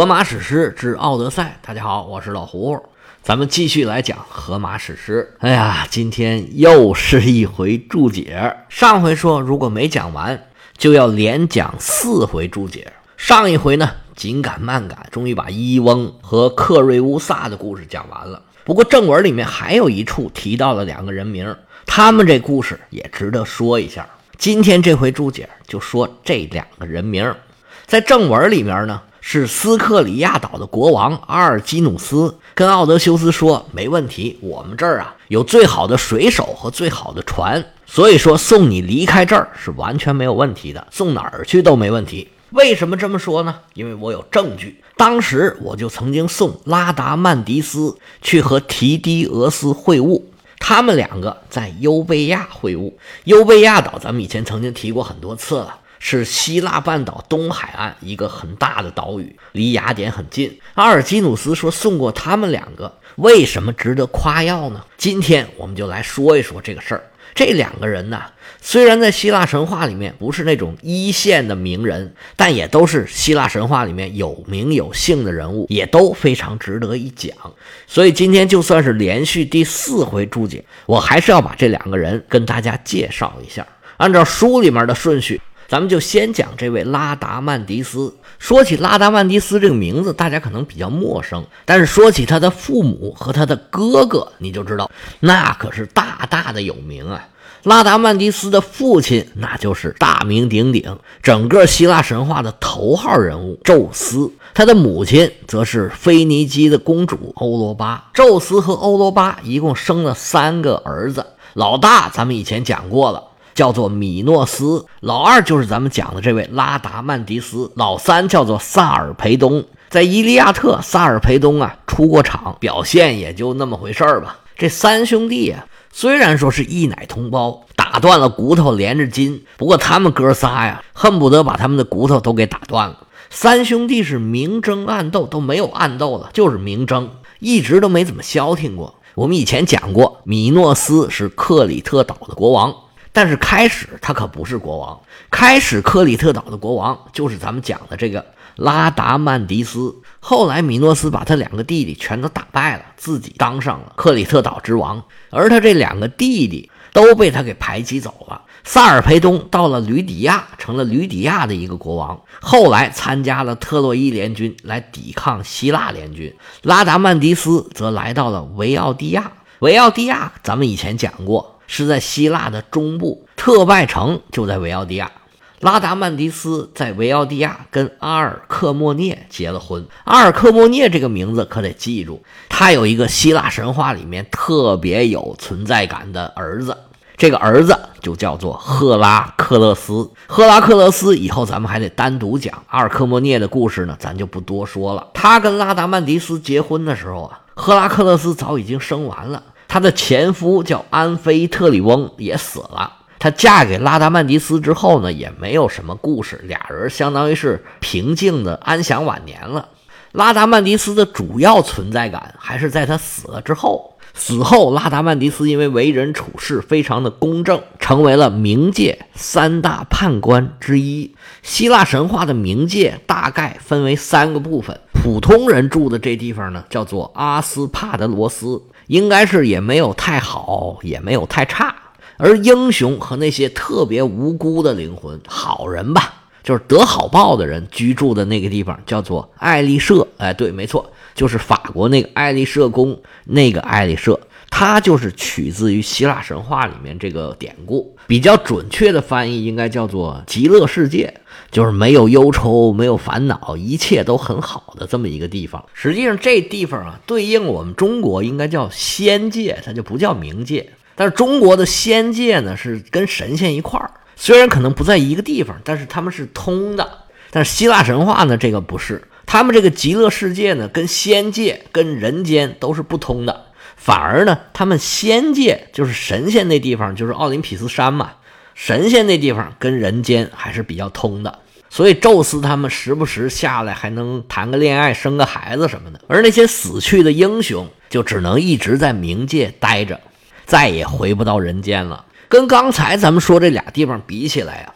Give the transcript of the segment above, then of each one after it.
荷马史诗之奥德赛。大家好，我是老胡，咱们继续来讲荷马史诗。今天又是一回注解。上回说如果没讲完就要连讲4回注解。上一回呢紧赶慢赶，终于把伊翁和克瑞乌萨的故事讲完了。不过正文里面还有一处提到了2个人名，他们这故事也值得说一下。今天这回注解就说这2个人名。在正文里面呢，是斯克里亚岛的国王阿尔基努斯跟奥德修斯说，没问题，我们这儿有最好的水手和最好的船，所以说送你离开这儿是完全没有问题的，送哪儿去都没问题。为什么这么说呢？因为我有证据，当时我就曾经送拉达曼迪斯去和提迪俄斯会晤，他们2个在优贝亚会晤。优贝亚岛咱们以前曾经提过很多次了，是希腊半岛东海岸一个很大的岛屿，离雅典很近。阿尔基努斯说送过他们2个，为什么值得夸耀呢？今天我们就来说一说这个事儿。这2个人呢，虽然在希腊神话里面不是那种一线的名人，但也都是希腊神话里面有名有姓的人物，也都非常值得一讲。所以今天就算是连续第4回注解，我还是要把这2个人跟大家介绍一下。按照书里面的顺序，咱们就先讲这位拉达曼迪斯。说起拉达曼迪斯这个名字，大家可能比较陌生，但是说起他的父母和他的哥哥，你就知道那可是大大的有名啊。拉达曼迪斯的父亲那就是大名鼎鼎，整个希腊神话的头号人物宙斯，他的母亲则是腓尼基的公主欧罗巴。宙斯和欧罗巴一共生了3个儿子，老大咱们以前讲过了，叫做米诺斯，老2就是咱们讲的这位拉达曼迪斯，老3叫做萨尔培东。在伊利亚特，萨尔培东出过场，表现也就那么回事吧。这3兄弟虽然说是一奶同胞，打断了骨头连着筋，不过他们哥仨恨不得把他们的骨头都给打断了。3兄弟是明争暗斗，都没有暗斗了，就是明争，一直都没怎么消停过。我们以前讲过，米诺斯是克里特岛的国王，但是开始他可不是国王，开始克里特岛的国王就是咱们讲的这个拉达曼迪斯。后来米诺斯把他2个弟弟全都打败了，自己当上了克里特岛之王，而他这2个弟弟都被他给排挤走了。萨尔培东到了吕底亚，成了吕底亚的一个国王，后来参加了特洛伊联军来抵抗希腊联军。拉达曼迪斯则来到了维奥蒂亚，维奥蒂亚咱们以前讲过，是在希腊的中部，特拜城就在维奥蒂亚。拉达曼迪斯在维奥蒂亚跟阿尔克莫涅结了婚。阿尔克莫涅这个名字可得记住，他有一个希腊神话里面特别有存在感的儿子，这个儿子就叫做赫拉克勒斯。赫拉克勒斯以后咱们还得单独讲，阿尔克莫涅的故事呢咱就不多说了。他跟拉达曼迪斯结婚的时候赫拉克勒斯早已经生完了，他的前夫叫安菲特里翁也死了。她嫁给拉达曼迪斯之后呢，也没有什么故事，俩人相当于是平静的安享晚年了。拉达曼迪斯的主要存在感还是在他死了之后。死后拉达曼迪斯因为为人处事非常的公正，成为了冥界3大判官之一。希腊神话的冥界大概分为3个部分，普通人住的这地方呢叫做阿斯帕德罗斯，应该是也没有太好也没有太差。而英雄和那些特别无辜的灵魂，好人吧，就是得好报的人居住的那个地方叫做爱丽舍。对，没错，就是法国那个爱丽舍宫，那个爱丽舍，它就是取自于希腊神话里面这个典故。比较准确的翻译应该叫做极乐世界，就是没有忧愁没有烦恼，一切都很好的这么一个地方。实际上这地方对应我们中国应该叫仙界，它就不叫冥界。但是中国的仙界呢是跟神仙一块儿，虽然可能不在一个地方，但是他们是通的。但是希腊神话呢这个不是，他们这个极乐世界呢跟仙界跟人间都是不通的，反而呢他们仙界就是神仙那地方，就是奥林匹斯山嘛，神仙那地方跟人间还是比较通的。所以宙斯他们时不时下来还能谈个恋爱生个孩子什么的，而那些死去的英雄就只能一直在冥界待着，再也回不到人间了。跟刚才咱们说这俩地方比起来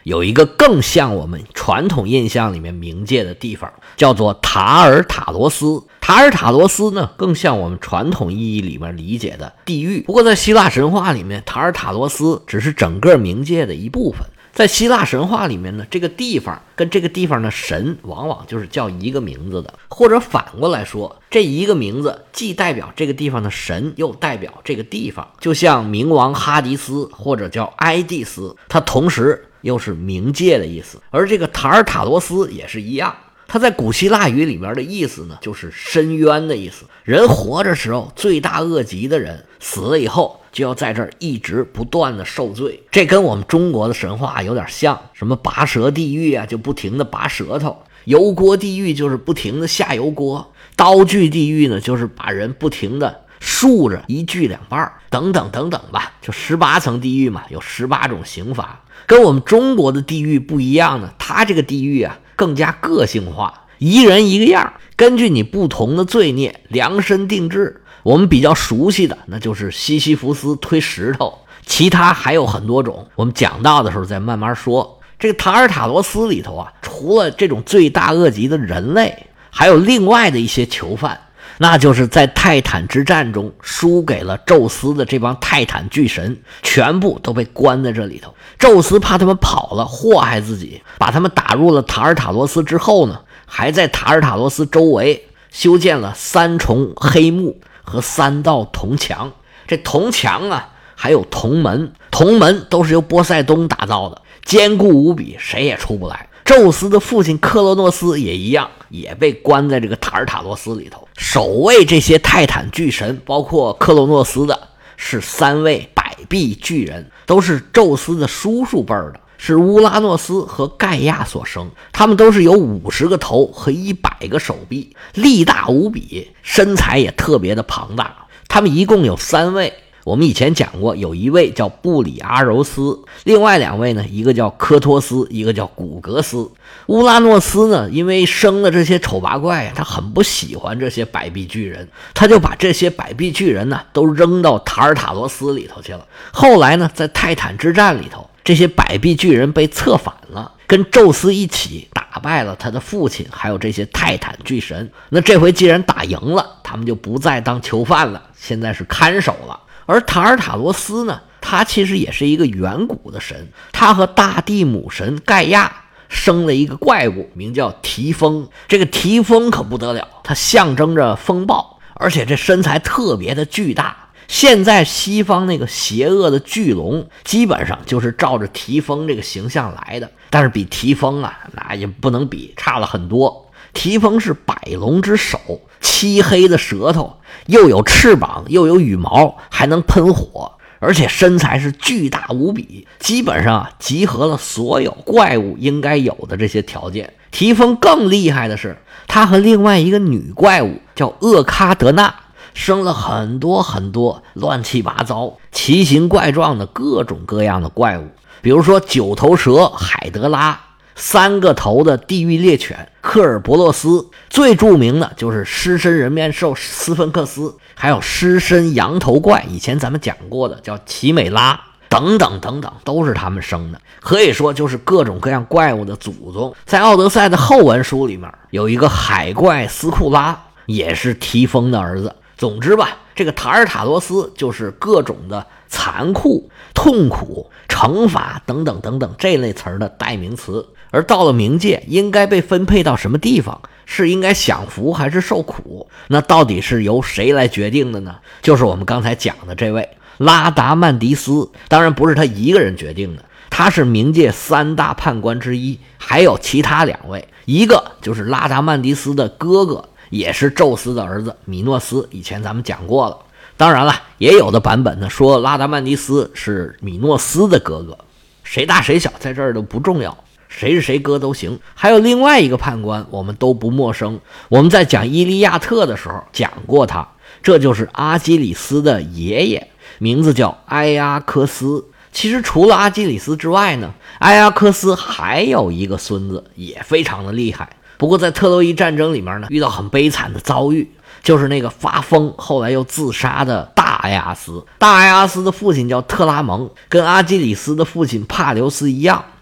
有一个更像我们传统印象里面冥界的地方，叫做塔尔塔罗斯。塔尔塔罗斯呢，更像我们传统意义里面理解的地狱。不过在希腊神话里面，塔尔塔罗斯只是整个冥界的一部分。在希腊神话里面呢，这个地方跟这个地方的神往往就是叫一个名字的，或者反过来说，这一个名字既代表这个地方的神，又代表这个地方。就像冥王哈迪斯或者叫埃蒂斯，它同时又是冥界的意思。而这个塔尔塔罗斯也是一样，它在古希腊语里面的意思呢，就是深渊的意思。人活着时候罪大恶极的人，死了以后就要在这儿一直不断的受罪。这跟我们中国的神话有点像，什么拔舌地狱啊，就不停的拔舌头；油锅地狱就是不停的下油锅；刀锯地狱呢，就是把人不停的竖着一锯两半，等等等等吧，就18层地狱嘛，有18种刑罚。跟我们中国的地狱不一样呢，它这个地狱啊更加个性化，一人一个样，根据你不同的罪孽量身定制。我们比较熟悉的那就是西西弗斯推石头，其他还有很多种，我们讲到的时候再慢慢说。这个塔尔塔罗斯里头啊，除了这种罪大恶极的人类，还有另外的一些囚犯，那就是在泰坦之战中输给了宙斯的这帮泰坦巨神，全部都被关在这里头。宙斯怕他们跑了祸害自己，把他们打入了塔尔塔罗斯之后呢，还在塔尔塔罗斯周围修建了3重黑幕和3道铜墙。这铜墙啊还有铜门，铜门都是由波塞冬打造的，坚固无比，谁也出不来。宙斯的父亲克洛诺斯也一样，也被关在这个塔尔塔罗斯里头。守卫这些泰坦巨神，包括克洛诺斯的是3位百臂巨人，都是宙斯的叔叔辈的，是乌拉诺斯和盖亚所生。他们都是有50个头和100个手臂，力大无比，身材也特别的庞大。他们一共有3位，我们以前讲过，有一位叫布里阿柔斯，另外2位呢，一个叫科托斯，一个叫古格斯。乌拉诺斯呢，因为生了这些丑八怪，他很不喜欢这些百臂巨人，他就把这些百臂巨人呢都扔到塔尔塔罗斯里头去了。后来呢，在泰坦之战里头，这些百臂巨人被策反了，跟宙斯一起打败了他的父亲，还有这些泰坦巨神。那这回既然打赢了，他们就不再当囚犯了，现在是看守了。而塔尔塔罗斯呢，他其实也是一个远古的神，他和大地母神盖亚生了一个怪物，名叫提丰。这个提丰可不得了，它象征着风暴，而且这身材特别的巨大。现在西方那个邪恶的巨龙基本上就是照着提丰这个形象来的，但是比提丰啊那也不能比，差了很多。提丰是百龙之首，漆黑的舌头，又有翅膀又有羽毛，还能喷火，而且身材是巨大无比，基本上集合了所有怪物应该有的这些条件。提丰更厉害的是，他和另外一个女怪物叫厄喀德纳生了很多很多乱七八糟奇形怪状的各种各样的怪物，比如说9头蛇海德拉，3个头的地狱猎犬科尔伯洛斯，最著名的就是狮身人面兽斯芬克斯，还有狮身羊头怪，以前咱们讲过的叫奇美拉，等等等等，都是他们生的。可以说就是各种各样怪物的祖宗。在奥德赛的后文书里面有一个海怪斯库拉，也是提丰的儿子。总之吧，这个塔尔塔罗斯就是各种的残酷、痛苦、惩罚等等等等这类词儿的代名词。而到了冥界，应该被分配到什么地方？是应该享福还是受苦？那到底是由谁来决定的呢？就是我们刚才讲的这位拉达曼迪斯。当然不是他一个人决定的，他是冥界3大判官之一，还有其他2位，一个就是拉达曼迪斯的哥哥，也是宙斯的儿子米诺斯，以前咱们讲过了。当然了，也有的版本呢说拉达曼迪斯是米诺斯的哥哥，谁大谁小在这儿都不重要，谁是谁哥都行。还有另外一个判官我们都不陌生，我们在讲伊利亚特的时候讲过他，这就是阿基里斯的爷爷，名字叫埃阿科斯。其实除了阿基里斯之外呢，埃阿科斯还有一个孙子也非常的厉害，不过在特洛伊战争里面呢，遇到很悲惨的遭遇，就是那个发疯后来又自杀的大埃阿斯。大埃阿斯的父亲叫特拉蒙，跟阿基里斯的父亲帕留斯一样，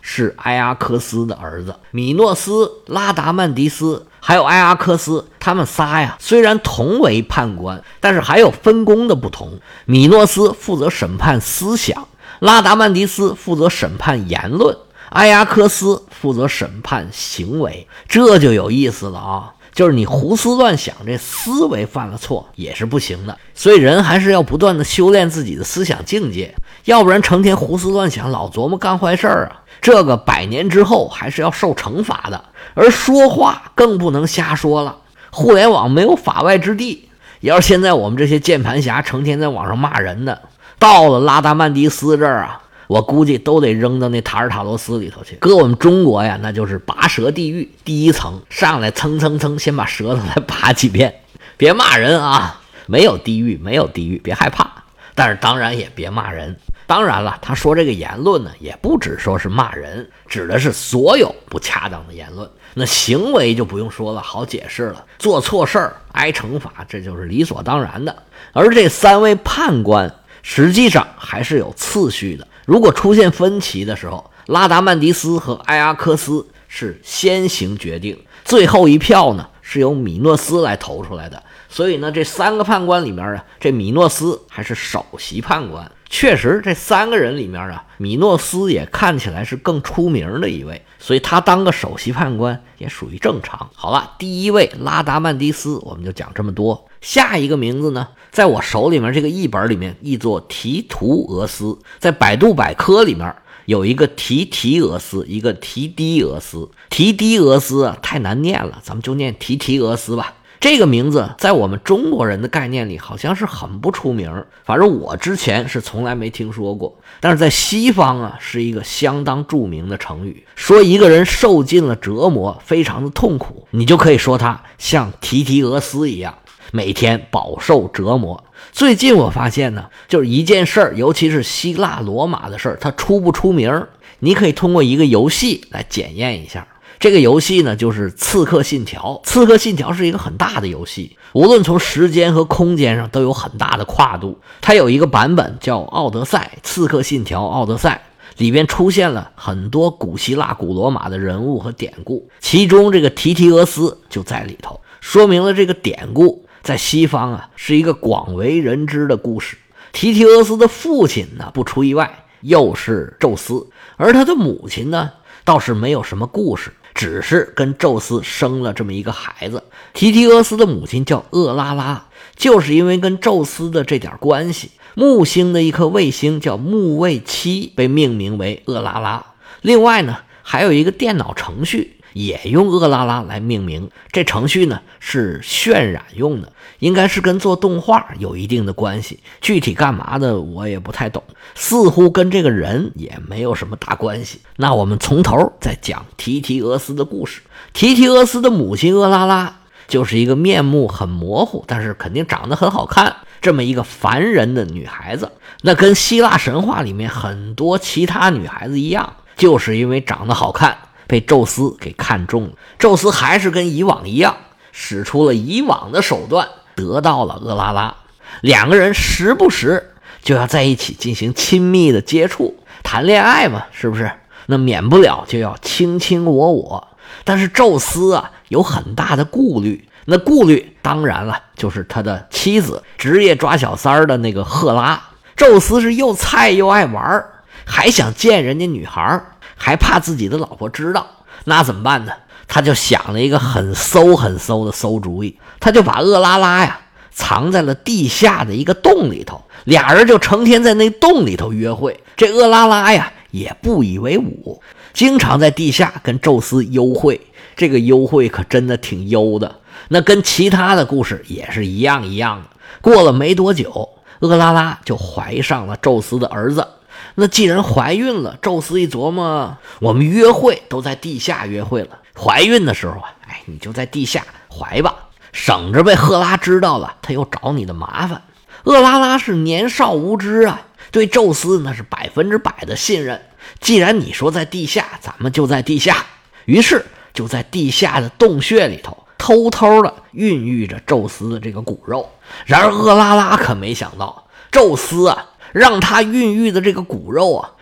是埃阿克斯的儿子。米诺斯、拉达曼迪斯还有埃阿克斯，他们仨呀，虽然同为判官，但是还有分工的不同。米诺斯负责审判思想，拉达曼迪斯负责审判言论，埃阿克斯负责审判行为。这就有意思了啊！就是你胡思乱想，这思维犯了错也是不行的，所以人还是要不断的修炼自己的思想境界，要不然成天胡思乱想，老琢磨干坏事啊，这个100年之后还是要受惩罚的。而说话更不能瞎说了，互联网没有法外之地。要是现在我们这些键盘侠成天在网上骂人的，到了拉达曼迪斯这儿啊，我估计都得扔到那塔尔塔罗斯里头去。搁我们中国呀，那就是拔舌地狱第一层，上来蹭蹭蹭，先把舌头来拔几遍。别骂人啊，没有地狱，没有地狱，别害怕。但是当然也别骂人。当然了，他说这个言论呢，也不只说是骂人，指的是所有不恰当的言论。那行为就不用说了，好解释了，做错事儿挨惩罚，这就是理所当然的。而这3位判官实际上还是有次序的。如果出现分歧的时候，拉达曼迪斯和埃阿克斯是先行决定，最后一票呢是由米诺斯来投出来的。所以呢，这3个判官里面啊，这米诺斯还是首席判官。确实，这3个人里面啊，米诺斯也看起来是更出名的一位，所以他当个首席判官也属于正常。好了，第一位拉达曼迪斯我们就讲这么多。下一个名字呢，在我手里面这个译本里面译作提图俄斯，在百度百科里面有一个提俄斯，一个提低俄斯。提低俄斯啊太难念了，咱们就念提俄斯吧。这个名字在我们中国人的概念里好像是很不出名，反正我之前是从来没听说过。但是在西方啊，是一个相当著名的成语，说一个人受尽了折磨，非常的痛苦，你就可以说他像提俄斯一样，每天饱受折磨。最近我发现呢，就是一件事儿，尤其是希腊罗马的事儿，它出不出名，你可以通过一个游戏来检验一下。这个游戏呢，就是《刺客信条》。《刺客信条》是一个很大的游戏，无论从时间和空间上都有很大的跨度。它有一个版本叫《奥德赛》，《刺客信条：奥德赛》里边出现了很多古希腊、古罗马的人物和典故，其中这个提俄斯就在里头，说明了这个典故在西方啊是一个广为人知的故事。提俄斯的父亲呢，不出意外又是宙斯，而他的母亲呢倒是没有什么故事，只是跟宙斯生了这么一个孩子。提俄斯的母亲叫厄拉拉，就是因为跟宙斯的这点关系，木星的一颗卫星叫木卫7被命名为厄拉拉。另外呢，还有一个电脑程序也用厄拉拉来命名，这程序呢是渲染用的，应该是跟做动画有一定的关系，具体干嘛的我也不太懂，似乎跟这个人也没有什么大关系。那我们从头再讲提俄斯的故事。提俄斯的母亲厄拉拉就是一个面目很模糊，但是肯定长得很好看这么一个凡人的女孩子。那跟希腊神话里面很多其他女孩子一样，就是因为长得好看被宙斯给看中了。宙斯还是跟以往一样，使出了以往的手段，得到了厄拉拉。2个人时不时就要在一起进行亲密的接触，谈恋爱嘛，是不是？那免不了就要卿卿我我。但是宙斯啊有很大的顾虑，那顾虑当然了就是他的妻子，职业抓小三的那个赫拉。宙斯是又菜又爱玩，还想见人家女孩，还怕自己的老婆知道，那怎么办呢？他就想了一个很馊的馊主意，他就把厄拉拉呀藏在了地下的一个洞里头，俩人就成天在那洞里头约会。这厄拉拉呀也不以为忤，经常在地下跟宙斯幽会，这个幽会可真的挺幽的。那跟其他的故事也是一样的。过了没多久，厄拉拉就怀上了宙斯的儿子。那既然怀孕了，宙斯一琢磨，我们约会都在地下约会了，怀孕的时候啊，你就在地下怀吧，省着被赫拉知道了，他又找你的麻烦。厄拉拉是年少无知啊，对宙斯那是100%的信任。既然你说在地下，咱们就在地下。于是就在地下的洞穴里头偷偷的孕育着宙斯的这个骨肉。然而厄拉拉可没想到，宙斯啊让他孕育的这个骨肉啊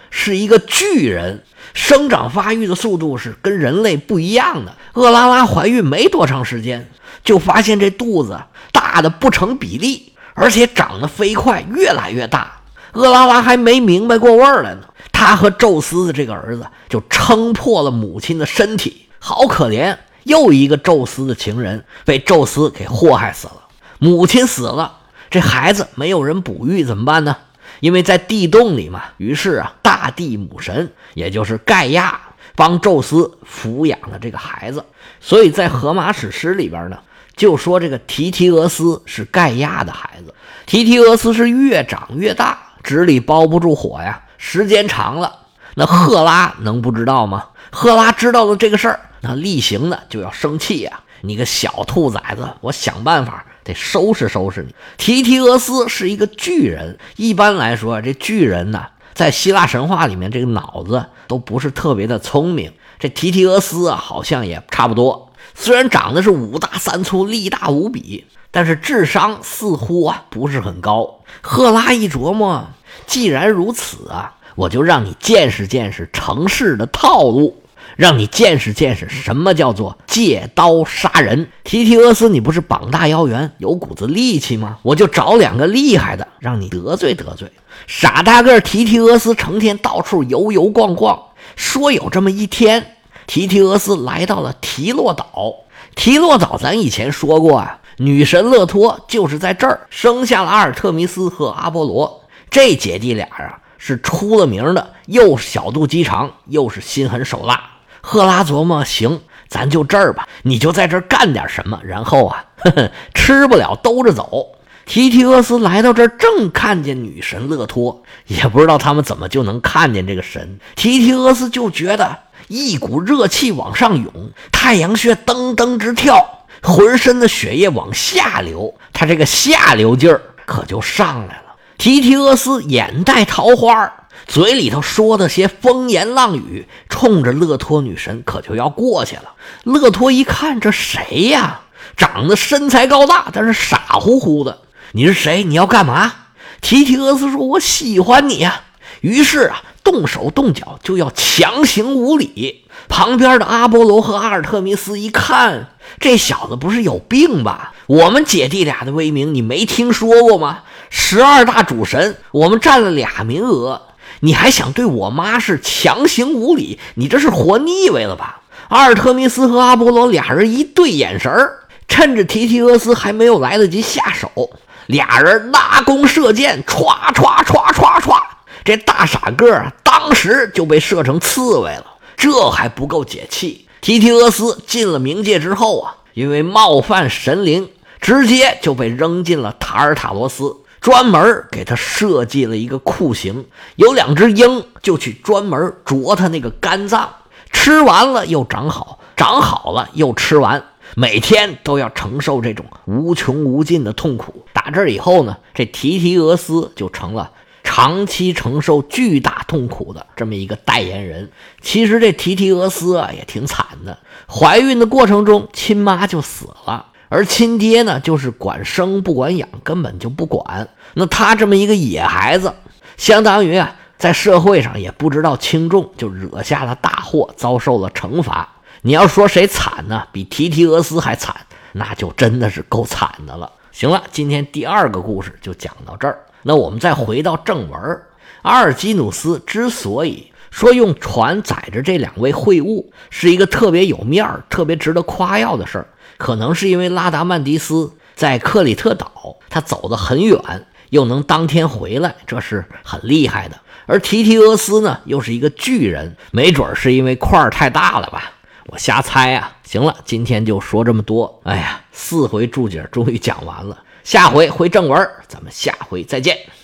是一个巨人，生长发育的速度是跟人类不一样的。厄拉拉怀孕没多长时间，就发现这肚子大的不成比例，而且长得飞快，越来越大。厄拉拉还没明白过味儿来呢，他和宙斯的这个儿子就撑破了母亲的身体，好可怜，又一个宙斯的情人被宙斯给祸害死了。母亲死了，这孩子没有人哺育怎么办呢？因为在地洞里嘛，于是大地母神也就是盖亚帮宙斯抚养了这个孩子。所以在荷马史诗里边呢，就说这个提提俄斯是盖亚的孩子。提提俄斯是越长越大，纸里包不住火呀，时间长了，那赫拉能不知道吗？赫拉知道了这个事儿，那例行的就要生气呀，你个小兔崽子，我想办法得收拾收拾你。提提俄斯是一个巨人，一般来说这巨人呢，在希腊神话里面这个脑子都不是特别的聪明，这提提俄斯好像也差不多，虽然长得是五大三粗，力大无比，但是智商似乎不是很高。赫拉一琢磨，既然如此我就让你见识见识城市的套路，让你见识见识什么叫做借刀杀人。提提俄斯，你不是膀大腰圆，有股子力气吗？我就找两个厉害的，让你得罪得罪。傻大个提提俄斯成天到处游游逛逛，说有这么一天，提提俄斯来到了提洛岛。提洛岛咱以前说过女神勒托就是在这儿生下了阿尔特弥斯和阿波罗。这姐弟俩是出了名的，又小肚鸡肠，又是心狠手辣。赫拉琢磨，行，咱就这儿吧，你就在这儿干点什么，然后吃不了兜着走。提提俄斯来到这儿，正看见女神勒托，也不知道他们怎么就能看见这个神。提提俄斯就觉得一股热气往上涌，太阳穴噔噔直跳，浑身的血液往下流，他这个下流劲儿可就上来了。提提俄斯眼带桃花，嘴里头说的些风言浪语，冲着勒托女神可就要过去了。勒托一看，这谁呀？长得身材高大，但是傻乎乎的。你是谁？你要干嘛？提提俄斯说，我喜欢你呀。于是动手动脚就要强行无礼。旁边的阿波罗和阿尔特弥斯一看，这小子不是有病吧？我们姐弟俩的威名你没听说过吗？12大主神，我们占了2名额，你还想对我妈是强行无礼？你这是活腻歪了吧？阿尔特弥斯和阿波罗俩人一对眼神儿，趁着提提俄斯还没有来得及下手，俩人拉弓射箭，歘歘歘歘歘，这大傻个当时就被射成刺猬了。这还不够解气，提提俄斯进了冥界之后因为冒犯神灵，直接就被扔进了塔尔塔罗斯，专门给他设计了一个酷刑，有2只鹰就去专门啄他那个肝脏，吃完了又长好，长好了又吃完，每天都要承受这种无穷无尽的痛苦。打这儿以后呢，这提提俄斯就成了长期承受巨大痛苦的这么一个代言人。其实这提提俄斯也挺惨的，怀孕的过程中亲妈就死了，而亲爹呢就是管生不管养，根本就不管。那他这么一个野孩子，相当于在社会上也不知道轻重，就惹下了大祸，遭受了惩罚。你要说谁惨呢？比提提俄斯还惨，那就真的是够惨的了。行了，今天第2个故事就讲到这儿。那我们再回到正文，阿尔基努斯之所以说用船载着这2位会晤是一个特别有面儿、特别值得夸耀的事儿，可能是因为拉达曼迪斯在克里特岛，他走得很远，又能当天回来，这是很厉害的。而提提俄斯呢，又是一个巨人，没准是因为块儿太大了吧，我瞎猜行了，今天就说这么多。哎呀，4回注解终于讲完了，下回回正文，咱们下回再见。